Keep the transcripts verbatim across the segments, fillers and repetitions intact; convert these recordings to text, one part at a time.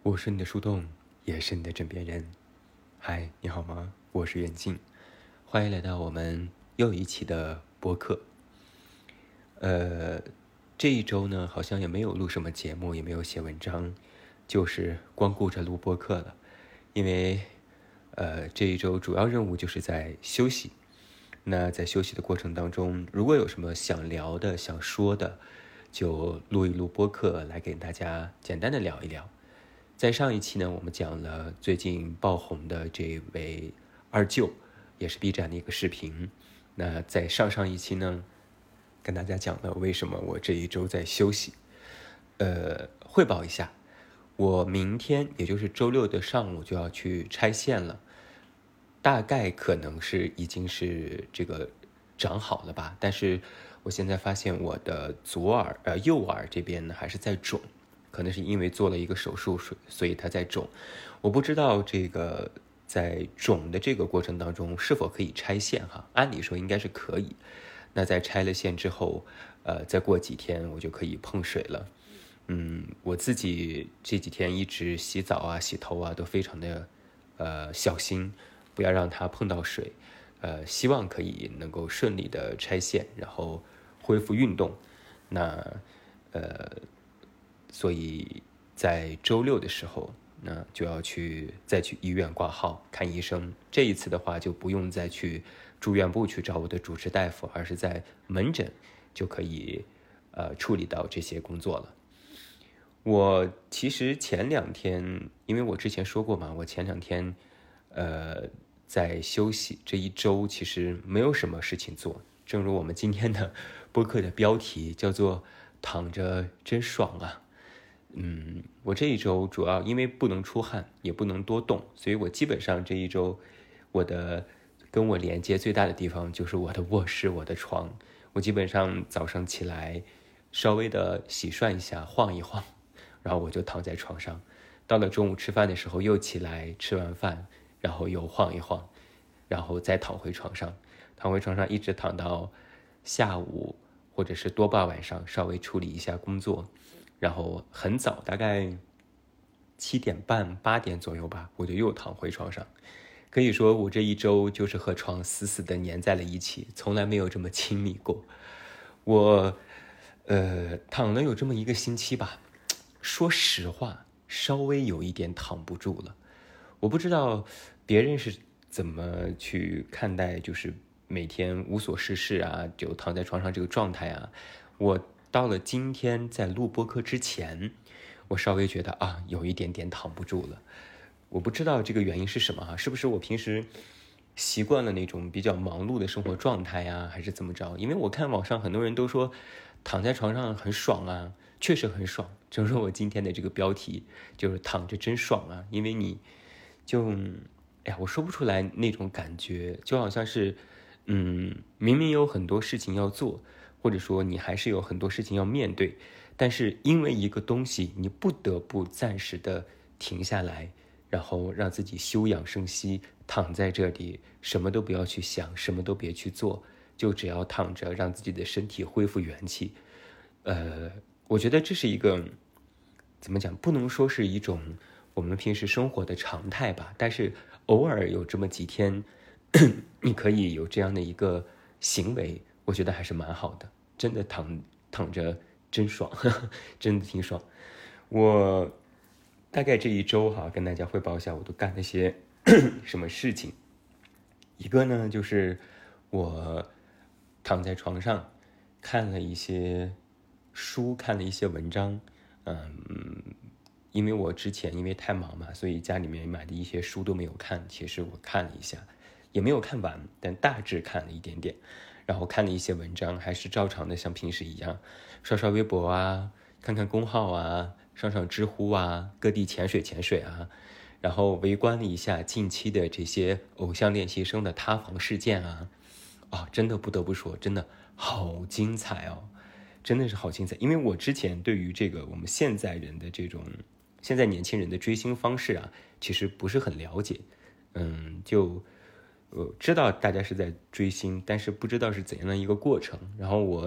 我是你的树洞，也是你的枕边人。嗨，你好吗？我是远近，欢迎来到我们又一期的播客。呃，这一周呢，好像也没有录什么节目，也没有写文章，就是光顾着录播客了。因为，呃，这一周主要任务就是在休息。那在休息的过程当中，如果有什么想聊的、想说的，就录一录播客来给大家简单的聊一聊。在上一期呢，我们讲了最近爆红的这位二舅，也是 B 站的一个视频。那在上上一期呢，跟大家讲了为什么我这一周在休息。呃，汇报一下，我明天也就是周六的上午就要去拆线了，大概可能是已经是这个长好了吧，但是我现在发现我的左耳呃右耳这边呢还是在肿。可能是因为做了一个手术，所以它在肿。我不知道这个在肿的这个过程当中是否可以拆线哈？按理说应该是可以。那在拆了线之后，呃，再过几天我就可以碰水了。嗯，我自己这几天一直洗澡啊、洗头啊都非常的呃小心，不要让它碰到水。呃，希望可以能够顺利的拆线，然后恢复运动。那呃。所以在周六的时候，那就要去再去医院挂号看医生。这一次的话，就不用再去住院部去找我的主治大夫，而是在门诊就可以呃处理到这些工作了。我其实前两天，因为我之前说过嘛，我前两天呃在休息，这一周其实没有什么事情做。正如我们今天的播客的标题叫做“躺着真爽啊”。嗯，我这一周主要因为不能出汗，也不能多动，所以我基本上这一周，我的跟我连接最大的地方就是我的卧室，我的床。我基本上早上起来，稍微的洗涮一下，晃一晃，然后我就躺在床上。到了中午吃饭的时候又起来，吃完饭，然后又晃一晃，然后再躺回床上，躺回床上一直躺到下午或者是多半晚上，稍微处理一下工作。然后很早，大概七点半、八点左右吧，我就又躺回床上。可以说，我这一周就是和床死死的粘在了一起，从来没有这么亲密过。我，呃，躺了有这么一个星期吧。说实话，稍微有一点躺不住了。我不知道别人是怎么去看待，就是每天无所事事啊，就躺在床上这个状态啊。我到了今天在录播课之前，我稍微觉得啊，有一点点躺不住了。我不知道这个原因是什么啊，是不是我平时习惯了那种比较忙碌的生活状态呀，还是怎么着？因为我看网上很多人都说躺在床上很爽啊，确实很爽。正如我今天的这个标题就是躺着真爽啊，因为你就哎呀，我说不出来那种感觉，就好像是嗯，明明有很多事情要做。或者说你还是有很多事情要面对，但是因为一个东西，你不得不暂时的停下来，然后让自己休养生息，躺在这里，什么都不要去想，什么都别去做，就只要躺着，让自己的身体恢复元气。呃，我觉得这是一个怎么讲，不能说是一种我们平时生活的常态吧，但是偶尔有这么几天，你可以有这样的一个行为，我觉得还是蛮好的。真的躺躺着真爽，呵呵，真的挺爽。我大概这一周哈，跟大家汇报一下，我都干了些什么事情。一个呢，就是我躺在床上看了一些书，看了一些文章。嗯，因为我之前因为太忙嘛，所以家里面买的一些书都没有看。其实我看了一下，也没有看完，但大致看了一点点。然后看了一些文章，还是照常的像平时一样，刷刷微博啊，看看公号啊，上上知乎啊，各地潜水潜水啊，然后围观了一下近期的这些偶像练习生的塌房事件啊，啊，真的不得不说，真的好精彩哦，真的是好精彩。因为我之前对于这个我们现在人的这种现在年轻人的追星方式啊，其实不是很了解，嗯，就。我知道大家是在追星，但是不知道是怎样的一个过程。然后我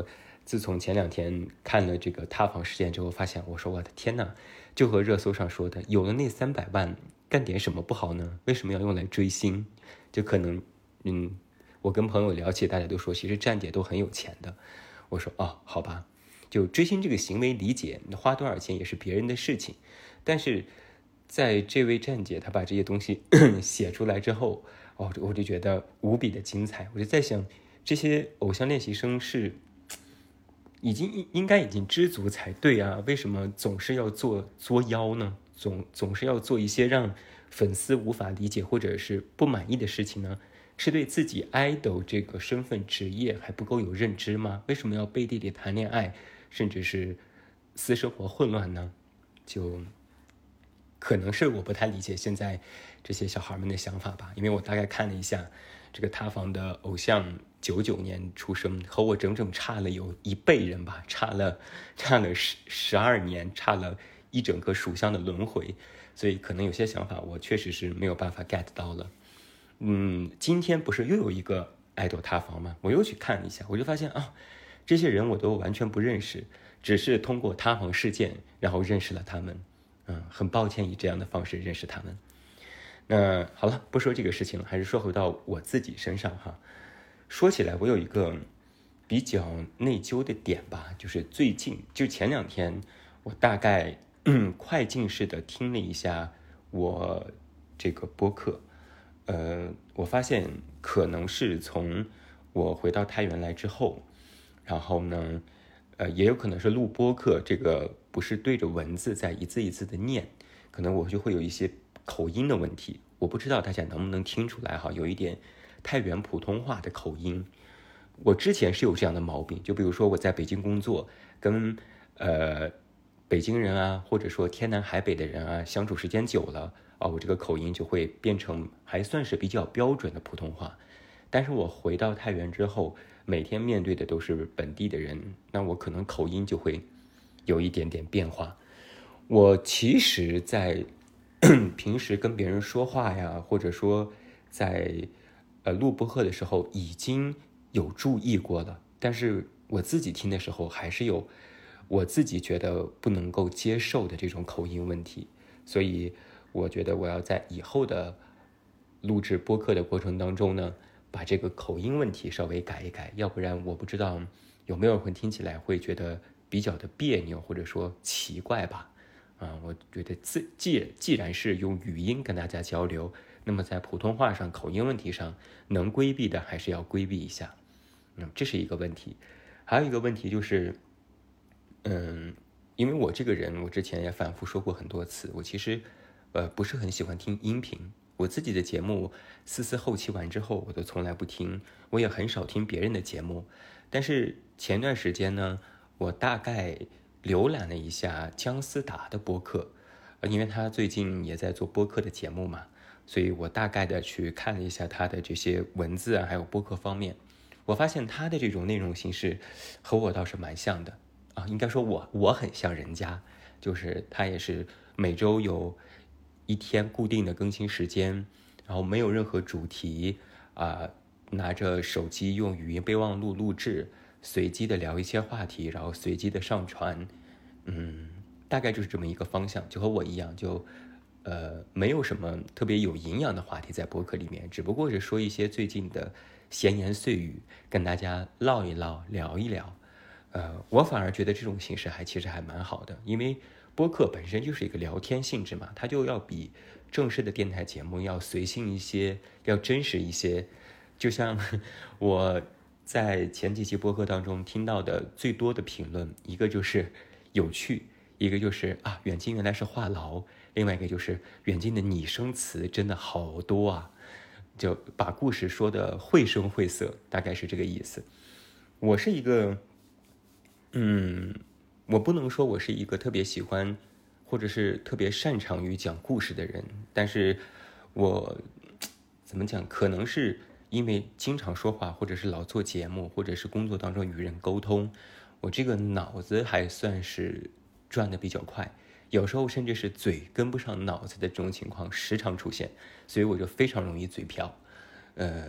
自从前两天看了这个塌房事件之后，发现我说我的天哪，就和热搜上说的，有了那三百万，干点什么不好呢？为什么要用来追星？就可能，嗯，我跟朋友聊起，大家都说其实站姐都很有钱的。我说哦，好吧，就追星这个行为理解，花多少钱也是别人的事情，但是在这位站姐她把这些东西写出来之后，哦，我就觉得无比的精彩。我就在想，这些偶像练习生是已经应该已经知足才对啊，为什么总是要做作妖呢？总总是要做一些让粉丝无法理解或者是不满意的事情呢？是对自己 idol 这个身份职业还不够有认知吗？为什么要背地里谈恋爱，甚至是私生活混乱呢？就可能是我不太理解现在这些小孩们的想法吧，因为我大概看了一下，这个塌房的偶像九九年出生，和我整整差了有一辈人吧，差了差了十十二年，差了一整个属相的轮回，所以可能有些想法我确实是没有办法 get 到了。嗯，今天不是又有一个爱豆塌房吗？我又去看了一下，我就发现啊，这些人我都完全不认识，只是通过塌房事件然后认识了他们。嗯，很抱歉以这样的方式认识他们。那好了，不说这个事情了，还是说回到我自己身上哈。说起来，我有一个比较内疚的点吧，就是最近就前两天，我大概嗯快进式的听了一下我这个播客，呃，我发现可能是从我回到太原来之后，然后呢，呃，也有可能是录播客，这个不是对着文字在一字一字的念，可能我就会有一些口音的问题，我不知道大家能不能听出来哈，有一点太原普通话的口音。我之前是有这样的毛病，就比如说我在北京工作，跟呃北京人啊，或者说天南海北的人啊相处时间久了啊，我这个口音就会变成还算是比较标准的普通话。但是我回到太原之后，每天面对的都是本地的人，那我可能口音就会有一点点变化。我其实在平时跟别人说话呀，或者说在呃录播课的时候已经有注意过了，但是我自己听的时候还是有我自己觉得不能够接受的这种口音问题，所以我觉得我要在以后的录制播客的过程当中呢，把这个口音问题稍微改一改，要不然我不知道有没有人听起来会觉得比较的别扭或者说奇怪吧。啊，我觉得自既既然是用语音跟大家交流，那么在普通话上口音问题上能规避的还是要规避一下。嗯，这是一个问题。还有一个问题就是，嗯，因为我这个人，我之前也反复说过很多次，我其实呃不是很喜欢听音频。我自己的节目丝丝后期完之后，我都从来不听，我也很少听别人的节目。但是前段时间呢，我大概浏览了一下姜思达的播客，因为他最近也在做播客的节目嘛，所以我大概的去看了一下他的这些文字啊，还有播客方面，我发现他的这种内容形式和我倒是蛮像的啊，应该说我我很像人家，就是他也是每周有一天固定的更新时间，然后没有任何主题啊，拿着手机用语音备忘录录制，随机的聊一些话题，然后随机的上传，嗯，大概就是这么一个方向，就和我一样，就呃没有什么特别有营养的话题在播客里面，只不过是说一些最近的闲言碎语，跟大家唠一唠，聊一聊。呃，我反而觉得这种形式还其实还蛮好的，因为播客本身就是一个聊天性质嘛，它就要比正式的电台节目要随性一些，要真实一些。就像我在前几期播客当中听到的最多的评论，一个就是有趣，一个就是啊，远近原来是话痨，另外一个就是远近的拟声词真的好多啊，就把故事说得绘声绘色，大概是这个意思。我是一个嗯，我不能说我是一个特别喜欢，或者是特别擅长于讲故事的人，但是我怎么讲，可能是因为经常说话，或者是老做节目，或者是工作当中与人沟通，我这个脑子还算是转得比较快，有时候甚至是嘴跟不上脑子的这种情况时常出现，所以我就非常容易嘴瓢。呃，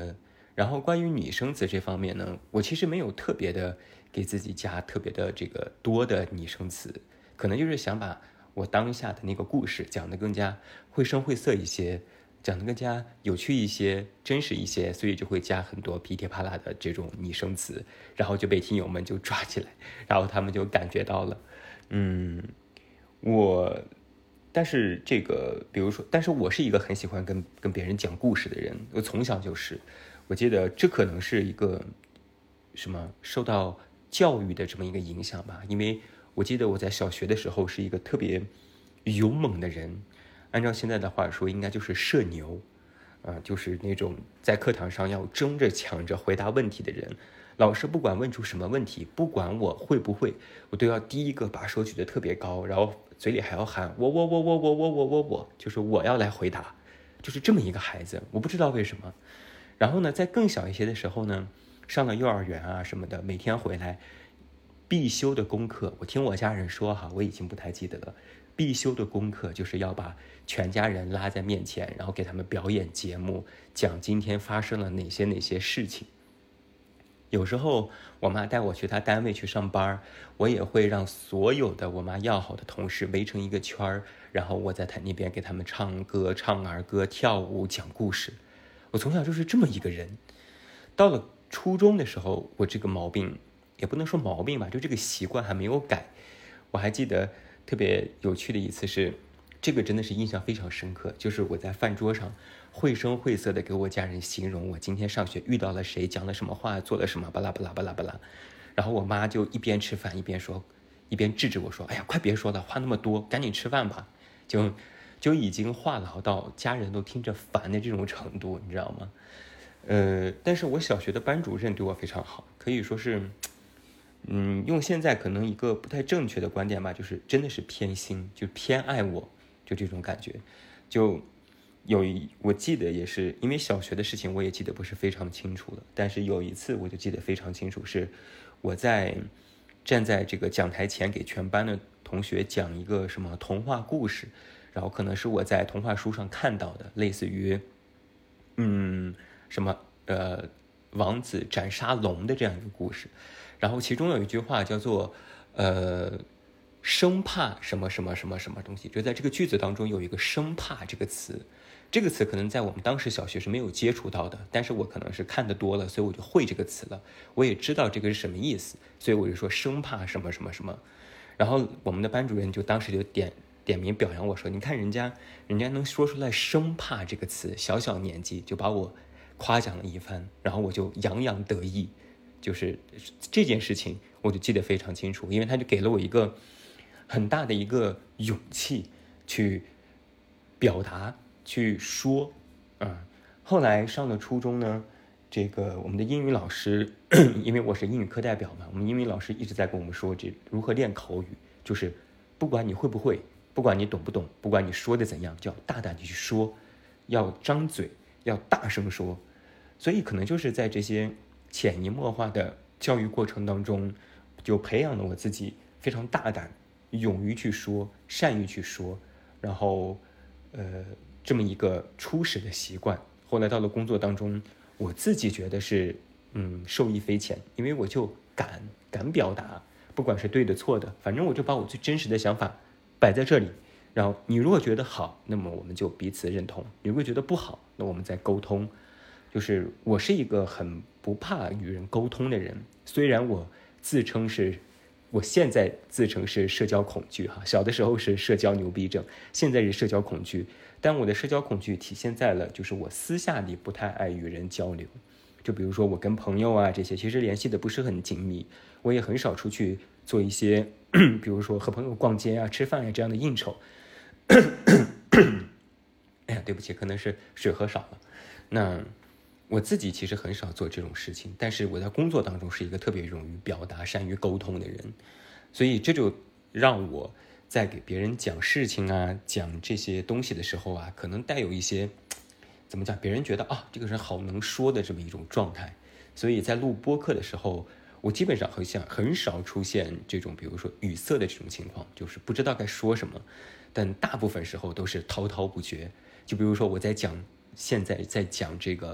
然后关于拟声词这方面呢，我其实没有特别的给自己加特别的这个多的拟声词，可能就是想把我当下的那个故事讲得更加绘声绘色一些，讲得更加有趣一些，真实一些，所以就会加很多噼里啪啦的这种拟声词，然后就被听友们就抓起来，然后他们就感觉到了，嗯，我，但是这个，比如说，但是我是一个很喜欢跟跟别人讲故事的人，我从小就是，我记得这可能是一个什么受到教育的这么一个影响吧，因为我记得我在小学的时候是一个特别勇猛的人，按照现在的话说，应该就是社牛，啊、呃，就是那种在课堂上要争着抢着回答问题的人。老师不管问出什么问题，不管我会不会，我都要第一个把手举得特别高，然后嘴里还要喊我我我我我我我我我，就是我要来回答，就是这么一个孩子，我不知道为什么。然后呢，在更小一些的时候呢，上了幼儿园啊什么的，每天回来必修的功课，我听我家人说哈，我已经不太记得了。必修的功课就是要把全家人拉在面前，然后给他们表演节目，讲今天发生了哪些哪些事情。有时候我妈带我去她单位去上班，我也会让所有的我妈要好的同事围成一个圈儿，然后我在她那边给他们唱歌、唱儿歌、跳舞、讲故事。我从小就是这么一个人。到了初中的时候，我这个毛病也不能说毛病吧，就这个习惯还没有改。我还记得特别有趣的一次是，这个真的是印象非常深刻，就是我在饭桌上绘声绘色的给我家人形容我今天上学遇到了谁，讲了什么话，做了什么，巴拉巴拉巴拉巴拉。然后我妈就一边吃饭一边说，一边制止我说：“哎呀，快别说了，话那么多，赶紧吃饭吧。”就就已经话痨到家人都听着烦的这种程度，你知道吗？呃，但是我小学的班主任对我非常好，可以说是，嗯，用现在可能一个不太正确的观点吧，就是真的是偏心，就偏爱我，就这种感觉。就有一，我记得也是因为小学的事情，我也记得不是非常清楚了。但是有一次我就记得非常清楚，是我在站在这个讲台前给全班的同学讲一个什么童话故事，然后可能是我在童话书上看到的，类似于，嗯，什么呃王子斩杀龙的这样一个故事。然后其中有一句话叫做，呃。生怕什么什么什么什么东西，就在这个句子当中有一个生怕这个词，这个词可能在我们当时小学是没有接触到的，但是我可能是看得多了，所以我就会这个词了，我也知道这个是什么意思，所以我就说生怕什么什么什么。然后我们的班主任就当时就点点名表扬我说，你看人家人家能说出来生怕这个词，小小年纪就把我夸奖了一番，然后我就洋洋得意，就是这件事情我就记得非常清楚，因为他就给了我一个很大的一个勇气去表达去说，嗯，后来上了初中呢，这个我们的英语老师，因为我是英语课代表嘛，我们英语老师一直在跟我们说这如何练口语，就是不管你会不会，不管你懂不懂，不管你说的怎样，就要大胆的去说，要张嘴，要大声说。所以可能就是在这些潜移默化的教育过程当中，就培养了我自己非常大胆，勇于去说，善于去说，然后呃这么一个初始的习惯。后来到了工作当中，我自己觉得是嗯受益匪浅，因为我就敢敢表达，不管是对的错的，反正我就把我最真实的想法摆在这里。然后你如果觉得好，那么我们就彼此认同；你如果觉得不好，那我们再沟通。就是我是一个很不怕与人沟通的人，虽然我自称是。我现在自称是社交恐惧哈，小的时候是社交牛逼症，现在是社交恐惧。但我的社交恐惧体现在了，就是我私下里不太爱与人交流。就比如说我跟朋友啊这些，其实联系的不是很紧密，我也很少出去做一些，比如说和朋友逛街啊、吃饭啊这样的应酬。哎呀，对不起，可能是水喝少了。那我自己其实很少做这种事情，但是我在工作当中是一个特别勇于表达、善于沟通的人，所以这就让我在给别人讲事情啊、讲这些东西的时候啊，可能带有一些怎么讲，别人觉得啊这个人好能说的这么一种状态。所以在录播客的时候，我基本上很像很少出现这种比如说语塞的这种情况，就是不知道该说什么，但大部分时候都是滔滔不绝。就比如说我在讲现在在讲这个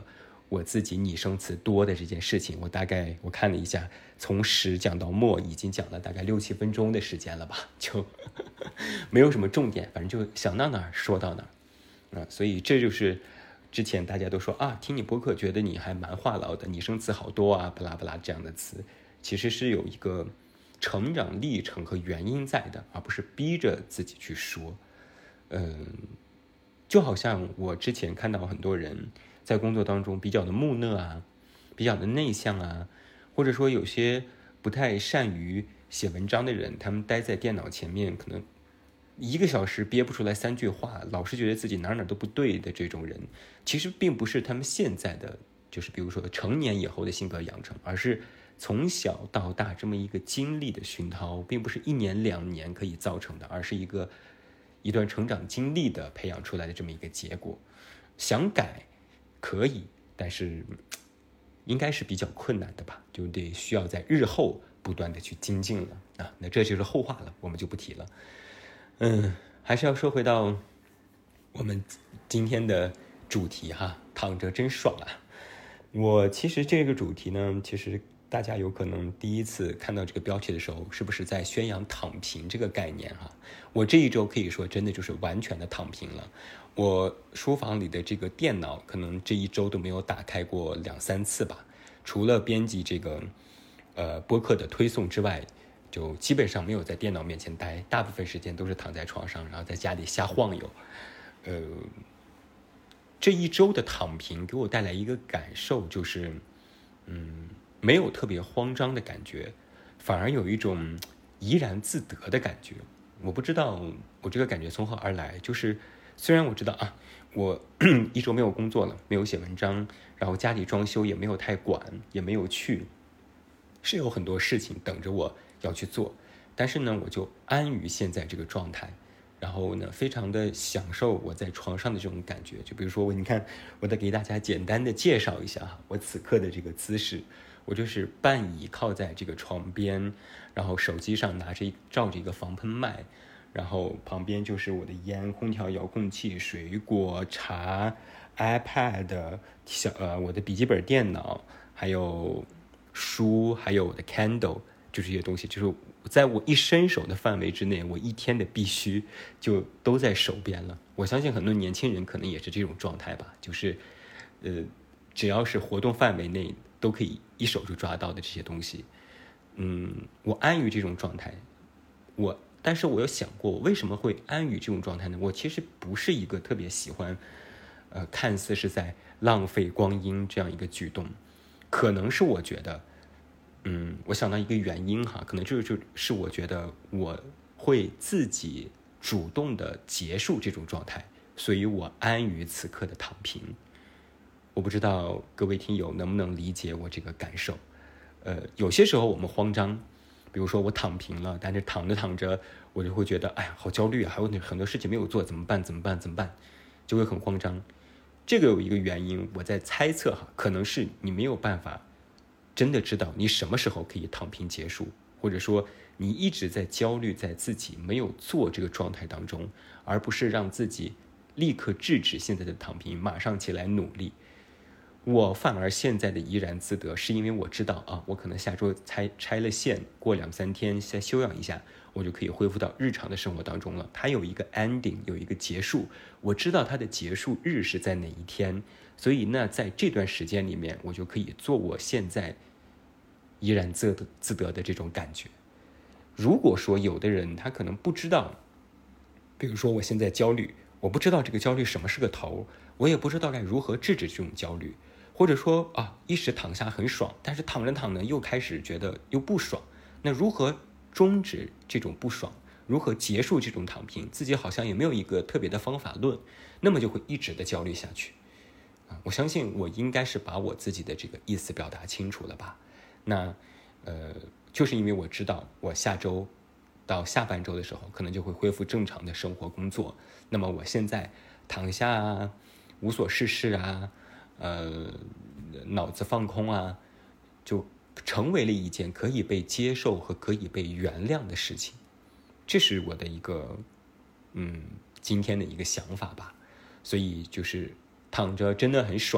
我自己拟声词多的这件事情，我大概我看了一下，从始讲到末，已经讲了大概六七分钟的时间了吧，就没有什么重点，反正就想到哪儿说到哪儿啊，所以这就是之前大家都说啊，听你播客觉得你还蛮话痨的，拟声词好多啊，巴拉巴拉这样的词，其实是有一个成长历程和原因在的，而不是逼着自己去说。嗯，就好像我之前看到很多人在工作当中比较的木讷啊，比较的内向啊，或者说有些不太善于写文章的人，他们待在电脑前面，可能一个小时憋不出来三句话，老是觉得自己哪哪都不对的这种人，其实并不是他们现在的，就是比如说成年以后的性格养成，而是从小到大这么一个经历的熏陶，并不是一年两年可以造成的，而是一个一段成长经历的培养出来的这么一个结果。想改可以，但是应该是比较困难的吧，就得需要在日后不断的去精进了啊。那这就是后话了，我们就不提了。嗯，还是要说回到我们今天的主题哈，躺着真爽啊。我其实这个主题呢，其实大家有可能第一次看到这个标题的时候，是不是在宣扬躺平这个概念哈？我这一周可以说真的就是完全的躺平了。我书房里的这个电脑，可能这一周都没有打开过两三次吧。除了编辑这个呃播客的推送之外，就基本上没有在电脑面前待，大部分时间都是躺在床上，然后在家里瞎晃悠。呃，这一周的躺平给我带来一个感受，就是嗯，没有特别慌张的感觉，反而有一种怡然自得的感觉。我不知道我这个感觉从何而来，就是虽然我知道啊，我一周没有工作了，没有写文章，然后家里装修也没有太管，也没有去，是有很多事情等着我要去做，但是呢，我就安于现在这个状态，然后呢，非常的享受我在床上的这种感觉。就比如说我，你看，我再给大家简单的介绍一下哈，我此刻的这个姿势，我就是半倚靠在这个床边，然后手机上拿着一照着一个防喷麦，然后旁边就是我的烟、空调遥控器、水果、茶、iPad、小呃我的笔记本电脑，还有书，还有我的 Kindle， 就这些东西，就是在我一伸手的范围之内，我一天的必须就都在手边了。我相信很多年轻人可能也是这种状态吧，就是呃，只要是活动范围内都可以一手就抓到的这些东西。嗯，我安于这种状态，我但是我有想过，我为什么会安于这种状态呢？我其实不是一个特别喜欢，呃，看似是在浪费光阴这样一个举动。可能是我觉得，嗯，我想到一个原因哈，可能这就是我觉得我会自己主动的结束这种状态，所以我安于此刻的躺平。我不知道各位听友能不能理解我这个感受。呃，有些时候我们慌张，比如说我躺平了，但是躺着躺着，我就会觉得，哎呀，好焦虑啊，还有很多事情没有做，怎么办？怎么办？怎么办？就会很慌张。这个有一个原因，我在猜测哈，可能是你没有办法真的知道你什么时候可以躺平结束，或者说你一直在焦虑在自己没有做这个状态当中，而不是让自己立刻制止现在的躺平，马上起来努力。我反而现在的怡然自得，是因为我知道啊，我可能下周拆拆了线，过两三天再休养一下，我就可以恢复到日常的生活当中了。它有一个 ending， 有一个结束，我知道它的结束日是在哪一天，所以那在这段时间里面，我就可以做我现在怡然自得自得的这种感觉。如果说有的人他可能不知道，比如说我现在焦虑，我不知道这个焦虑什么是个头，我也不知道该如何制止这种焦虑。或者说啊，一时躺下很爽，但是躺着躺着又开始觉得又不爽，那如何终止这种不爽，如何结束这种躺平，自己好像也没有一个特别的方法论，那么就会一直的焦虑下去。啊，我相信我应该是把我自己的这个意思表达清楚了吧。那呃，就是因为我知道我下周到下半周的时候可能就会恢复正常的生活工作，那么我现在躺下啊，无所事事啊，呃，脑子放空啊，就成为了一件可以被接受和可以被原谅的事情。这是我的一个嗯今天的一个想法吧。所以就是躺着真的很爽，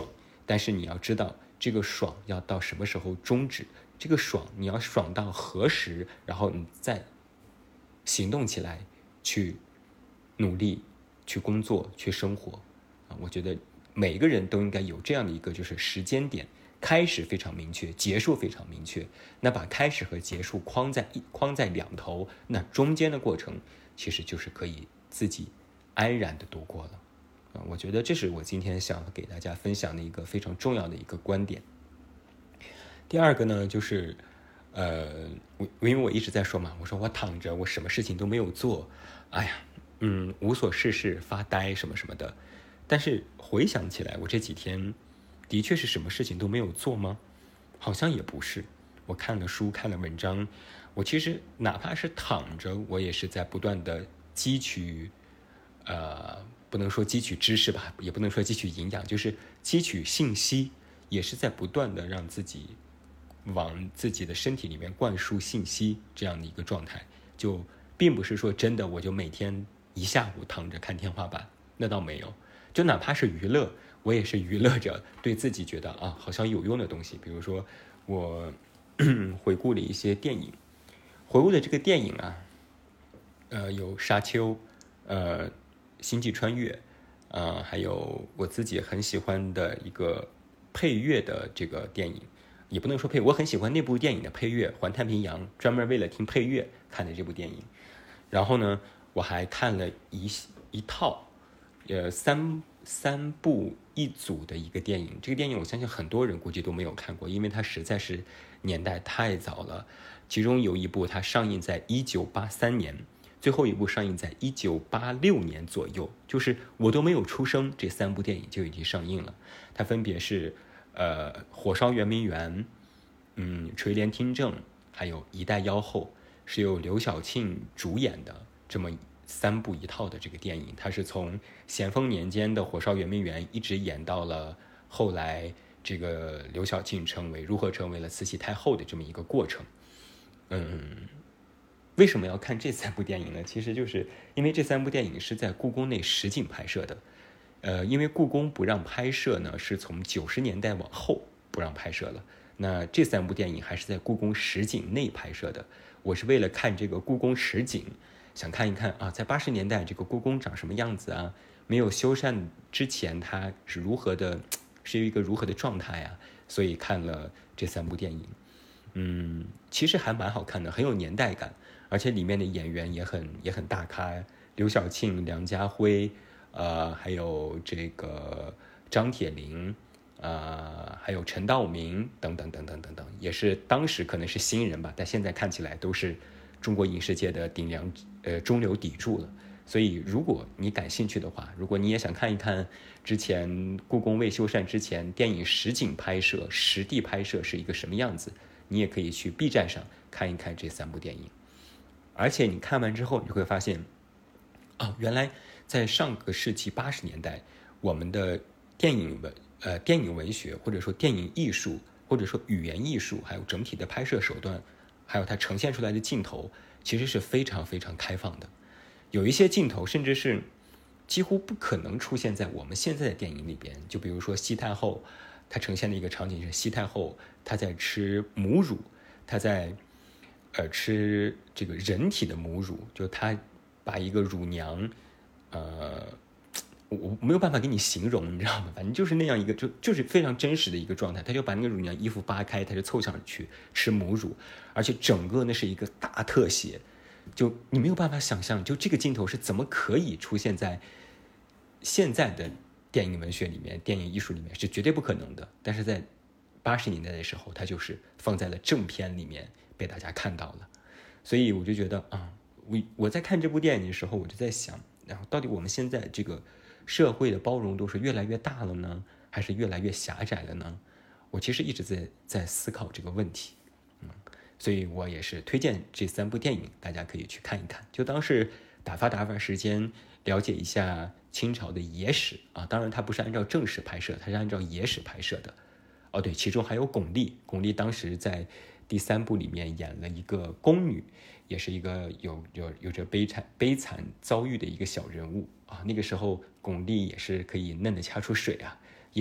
但是你要知道这个爽要到什么时候终止，这个爽你要爽到何时，然后你再行动起来，去努力，去工作，去生活啊！我觉得每个人都应该有这样的一个就是时间点，开始非常明确，结束非常明确。那把开始和结束框在框在两头，那中间的过程其实就是可以自己安然的度过了啊！我觉得这是我今天想给大家分享的一个非常重要的一个观点。第二个呢，就是呃，我因为我一直在说嘛，我说我躺着，我什么事情都没有做，哎呀，嗯，无所事事，发呆什么什么的。但是回想起来，我这几天的确是什么事情都没有做吗？好像也不是。我看了书，看了文章，我其实哪怕是躺着，我也是在不断的汲取，呃，不能说汲取知识吧，也不能说汲取营养，就是汲取信息，也是在不断的让自己往自己的身体里面灌输信息，这样的一个状态，就并不是说真的我就每天一下午躺着看天花板，那倒没有。就哪怕是娱乐，我也是娱乐着对自己觉得啊好像有用的东西。比如说我回顾了一些电影，回顾的这个电影啊，呃，有《沙丘》，呃，《星际穿越》，呃，还有我自己很喜欢的一个配乐的这个电影。也不能说配，我很喜欢那部电影的配乐，《环太平洋》，专门为了听配乐看的这部电影。然后呢，我还看了一一套，呃，三三部一组的一个电影。这个电影我相信很多人估计都没有看过，因为它实在是年代太早了。其中有一部它上映在一九八三年，最后一部上映在一九八六年左右，就是我都没有出生，这三部电影就已经上映了。它分别是呃，火烧圆明园，嗯，垂帘听政，还有一代妖后，是由刘晓庆主演的这么三部一套的这个电影。它是从咸丰年间的火烧圆明园一直演到了后来这个刘晓庆成为如何成为了慈禧太后的这么一个过程。嗯，为什么要看这三部电影呢？其实就是因为这三部电影是在故宫内实景拍摄的。呃，因为故宫不让拍摄呢，是从九十年代往后不让拍摄了。那这三部电影还是在故宫实景内拍摄的。我是为了看这个故宫实景，想看一看啊，在八十年代这个故宫长什么样子啊？没有修缮之前它是如何的，是一个如何的状态啊？所以看了这三部电影，嗯，其实还蛮好看的，很有年代感，而且里面的演员也很也很大咖，刘晓庆、梁家辉。呃，还有这个张铁林，呃，还有陈道明等等等等等等，也是当时可能是新人吧，但现在看起来都是中国影视界的顶梁呃中流砥柱了。所以，如果你感兴趣的话，如果你也想看一看之前故宫未修缮之前电影实景拍摄、实地拍摄是一个什么样子，你也可以去 B 站上看一看这三部电影。而且你看完之后，你会发现，啊，原来在上个世纪八十年代，我们的电影文呃电影文学或者说电影艺术或者说语言艺术，还有整体的拍摄手段，还有它呈现出来的镜头，其实是非常非常开放的。有一些镜头甚至是几乎不可能出现在我们现在的电影里边。就比如说西太后，它呈现的一个场景是西太后她在吃母乳，她在呃吃这个人体的母乳，就她把一个乳娘。呃，我没有办法给你形容，你知道吗？反正就是那样一个，就就是非常真实的一个状态。他就把那个乳娘衣服扒开，他就凑上去吃母乳，而且整个那是一个大特写，就你没有办法想象，就这个镜头是怎么可以出现在现在的电影文学里面、电影艺术里面，是绝对不可能的。但是在八十年代的时候，它就是放在了正片里面被大家看到了，所以我就觉得啊。我我在看这部电影的时候，我就在想，然后到底我们现在这个社会的包容度是越来越大了呢，还是越来越狭窄了呢？我其实一直在在思考这个问题，嗯，所以我也是推荐这三部电影，大家可以去看一看，就当是打发打发时间，了解一下清朝的野史啊。当然，它不是按照正史拍摄，它是按照野史拍摄的。哦，对，其中还有巩俐，巩俐当时在第三部里面演了一个宫女。也是一个有有有着悲惨悲惨遭遇的一个小人物啊。那个时候巩俐也是可以嫩得掐出水啊，也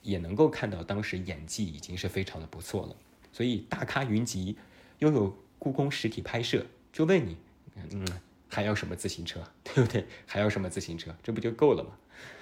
也能够看到当时演技已经是非常的不错了。所以大咖云集，又有故宫实体拍摄，就问你，嗯，还要什么自行车，对不对？还要什么自行车？这不就够了吗？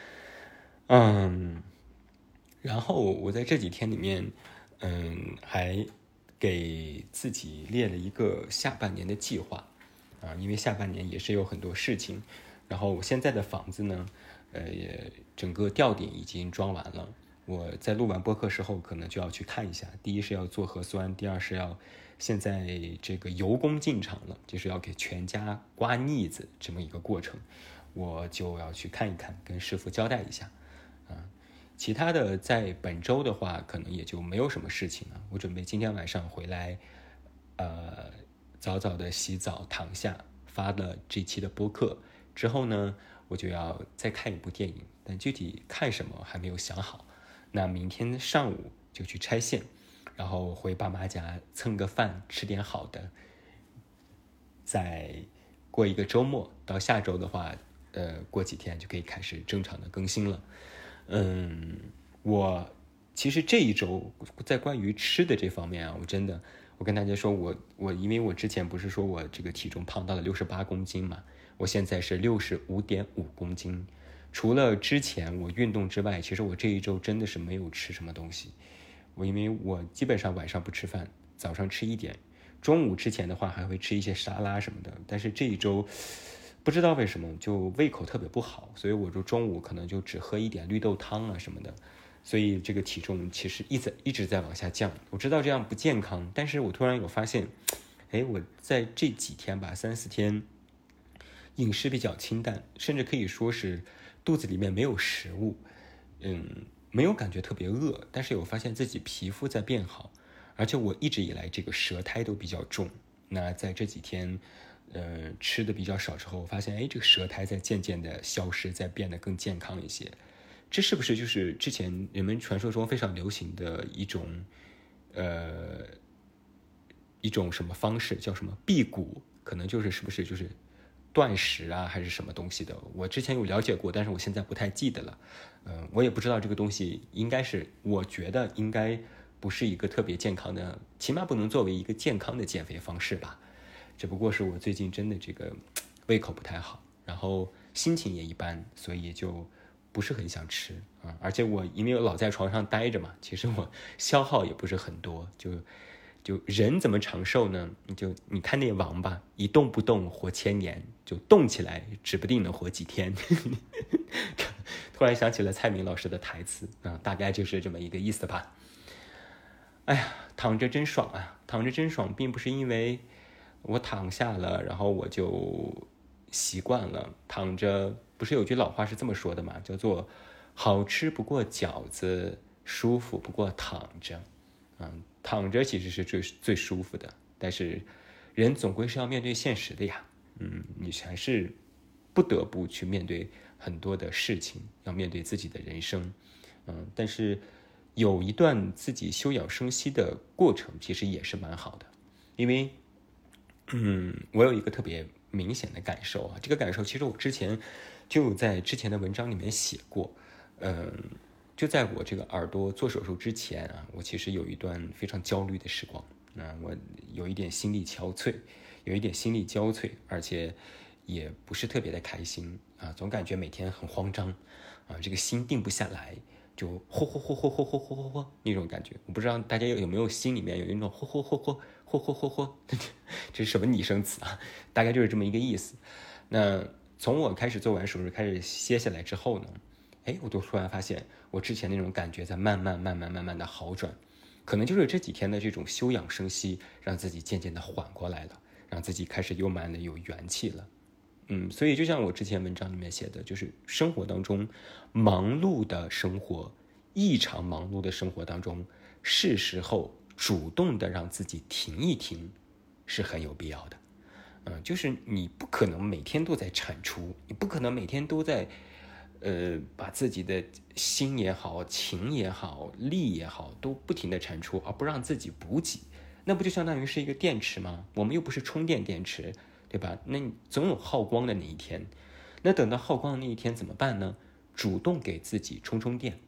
嗯，然后我在这几天里面，嗯，还给自己列了一个下半年的计划啊，因为下半年也是有很多事情。然后我现在的房子呢，呃，整个吊顶已经装完了。我在录完播客时候，可能就要去看一下。第一是要做核酸，第二是要现在这个油工进场了，就是要给全家刮腻子这么一个过程，我就要去看一看，跟师傅交代一下啊。其他的在本周的话，可能也就没有什么事情了。我准备今天晚上回来，呃，早早的洗澡躺下，发了这期的播客之后呢，我就要再看一部电影，但具体看什么还没有想好。那明天上午就去拆线，然后回爸妈家蹭个饭，吃点好的，再过一个周末。到下周的话，呃，过几天就可以开始正常的更新了。嗯，我其实这一周在关于吃的这方面啊，我真的，我跟大家说，我我因为我之前不是说我这个体重胖到了六十八公斤嘛，我现在是六十五点五公斤。除了之前我运动之外，其实我这一周真的是没有吃什么东西。我因为我基本上晚上不吃饭，早上吃一点，中午之前的话还会吃一些沙拉什么的。但是这一周不知道为什么就胃口特别不好，所以我就中午可能就只喝一点绿豆汤啊什么的。所以这个体重其实一直一直在往下降。我知道这样不健康，但是我突然有发现，哎，我在这几天吧，三四天饮食比较清淡，甚至可以说是肚子里面没有食物，嗯，没有感觉特别饿，但是我发现自己皮肤在变好，而且我一直以来这个舌苔都比较重。那在这几天，呃，吃的比较少之后，我发现，哎，这个舌苔在渐渐的消失，在变得更健康一些。这是不是就是之前人们传说中非常流行的一种，呃，一种什么方式，叫什么辟谷？可能就是是不是就是断食啊，还是什么东西的？我之前有了解过，但是我现在不太记得了。嗯、呃，我也不知道这个东西应该是，我觉得应该不是一个特别健康的，起码不能作为一个健康的减肥方式吧。只不过是我最近真的这个胃口不太好，然后心情也一般，所以就不是很想吃啊。而且我因为我老在床上待着嘛，其实我消耗也不是很多，就就人怎么长寿呢？你就你看那王八一动不动活千年，就动起来指不定能活几天。突然想起了蔡明老师的台词啊，大概就是这么一个意思吧。哎呀，躺着真爽啊！躺着真爽，并不是因为我躺下了，然后我就习惯了躺着。不是有句老话是这么说的吗？叫做好吃不过饺子，舒服不过躺着。嗯，躺着其实是最最舒服的，但是人总归是要面对现实的呀。嗯，你还是不得不去面对很多的事情，要面对自己的人生。嗯，但是有一段自己休养生息的过程，其实也是蛮好的。因为嗯，我有一个特别明显的感受啊，这个感受其实我之前就在之前的文章里面写过。嗯，就在我这个耳朵做手术之前啊，我其实有一段非常焦虑的时光。那我有一点心力憔悴，有一点心力交瘁，而且也不是特别的开心啊，总感觉每天很慌张啊，这个心定不下来，就霍霍霍霍霍霍霍霍霍那种感觉。我不知道大家有没有心里面有一种霍霍霍霍霍霍霍霍，这是什么拟声词啊？大概就是这么一个意思。那从我开始做完手术开始歇下来之后呢，哎，我就突然发现我之前那种感觉在慢慢慢慢慢慢的好转，可能就是这几天的这种休养生息，让自己渐渐的缓过来了，让自己开始又慢的有元气了。嗯，所以就像我之前文章里面写的，就是生活当中忙碌的生活，异常忙碌的生活当中，是时候主动的让自己停一停，是很有必要的。嗯，就是你不可能每天都在产出，你不可能每天都在呃，把自己的心也好，情也好，力也好，都不停的产出，而不让自己补给，那不就相当于是一个电池吗？我们又不是充电电池，对吧？那你总有耗光的那一天。那等到耗光的那一天怎么办呢？主动给自己充充电，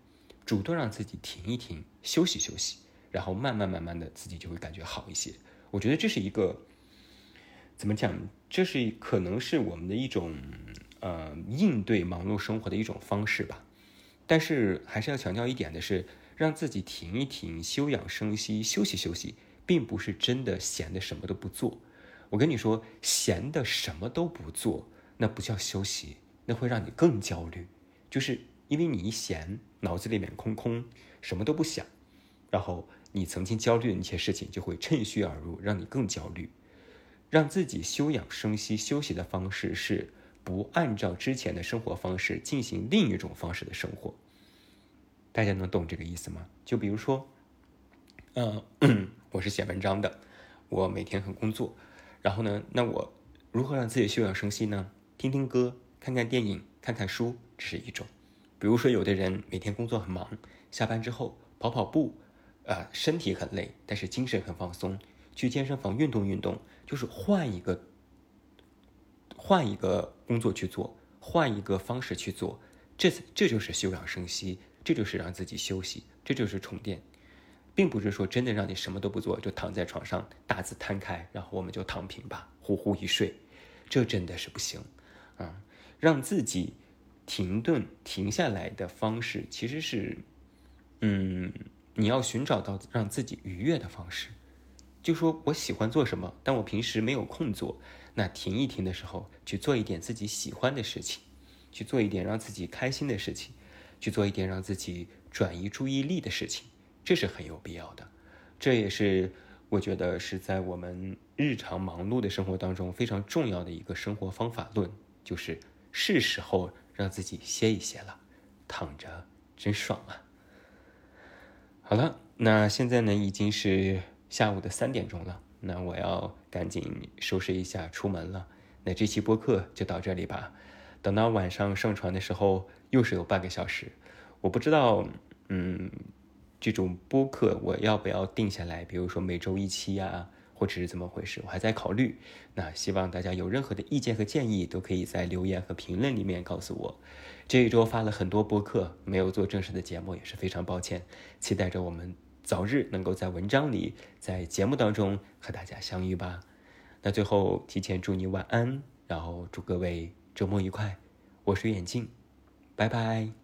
主动让自己停一停，休息休息，然后慢慢慢慢的自己就会感觉好一些。我觉得这是一个怎么讲，这是可能是我们的一种呃应对忙碌生活的一种方式吧。但是还是要强调一点的是，让自己停一停，休养生息，休息休息，并不是真的闲的什么都不做。我跟你说，闲的什么都不做，那不叫休息，那会让你更焦虑。就是因为你一闲，脑子里面空空，什么都不想，然后你曾经焦虑的那些事情就会趁虚而入，让你更焦虑。让自己休养生息休息的方式是不按照之前的生活方式进行另一种方式的生活。大家能懂这个意思吗？就比如说呃，我是写文章的，我每天很工作，然后呢，那我如何让自己休养生息呢？听听歌，看看电影，看看书，这是一种。比如说有的人每天工作很忙，下班之后跑跑步，呃，身体很累，但是精神很放松，去健身房运动运动，就是换一个换一个工作去做，换一个方式去做，这这就是休养生息，这就是让自己休息，这就是充电。并不是说真的让你什么都不做，就躺在床上大字摊开，然后我们就躺平吧，呼呼一睡，这真的是不行啊！让自己停顿停下来的方式，其实是，嗯，你要寻找到让自己愉悦的方式。就说我喜欢做什么，但我平时没有空做，那停一停的时候，去做一点自己喜欢的事情，去做一点让自己开心的事情，去做一点让自己转移注意力的事情。这是很有必要的，这也是我觉得是在我们日常忙碌的生活当中非常重要的一个生活方法论，就是是时候让自己歇一歇了，躺着真爽啊。好了，那现在呢已经是下午的三点钟了，那我要赶紧收拾一下出门了。那这期播客就到这里吧，等到晚上上传的时候又是有半个小时，我不知道嗯这种播客我要不要定下来，比如说每周一期啊，或者是怎么回事，我还在考虑。那希望大家有任何的意见和建议，都可以在留言和评论里面告诉我。这一周发了很多播客，没有做正式的节目，也是非常抱歉。期待着我们早日能够在文章里，在节目当中和大家相遇吧。那最后提前祝你晚安，然后祝各位周末愉快。我是远近，拜拜。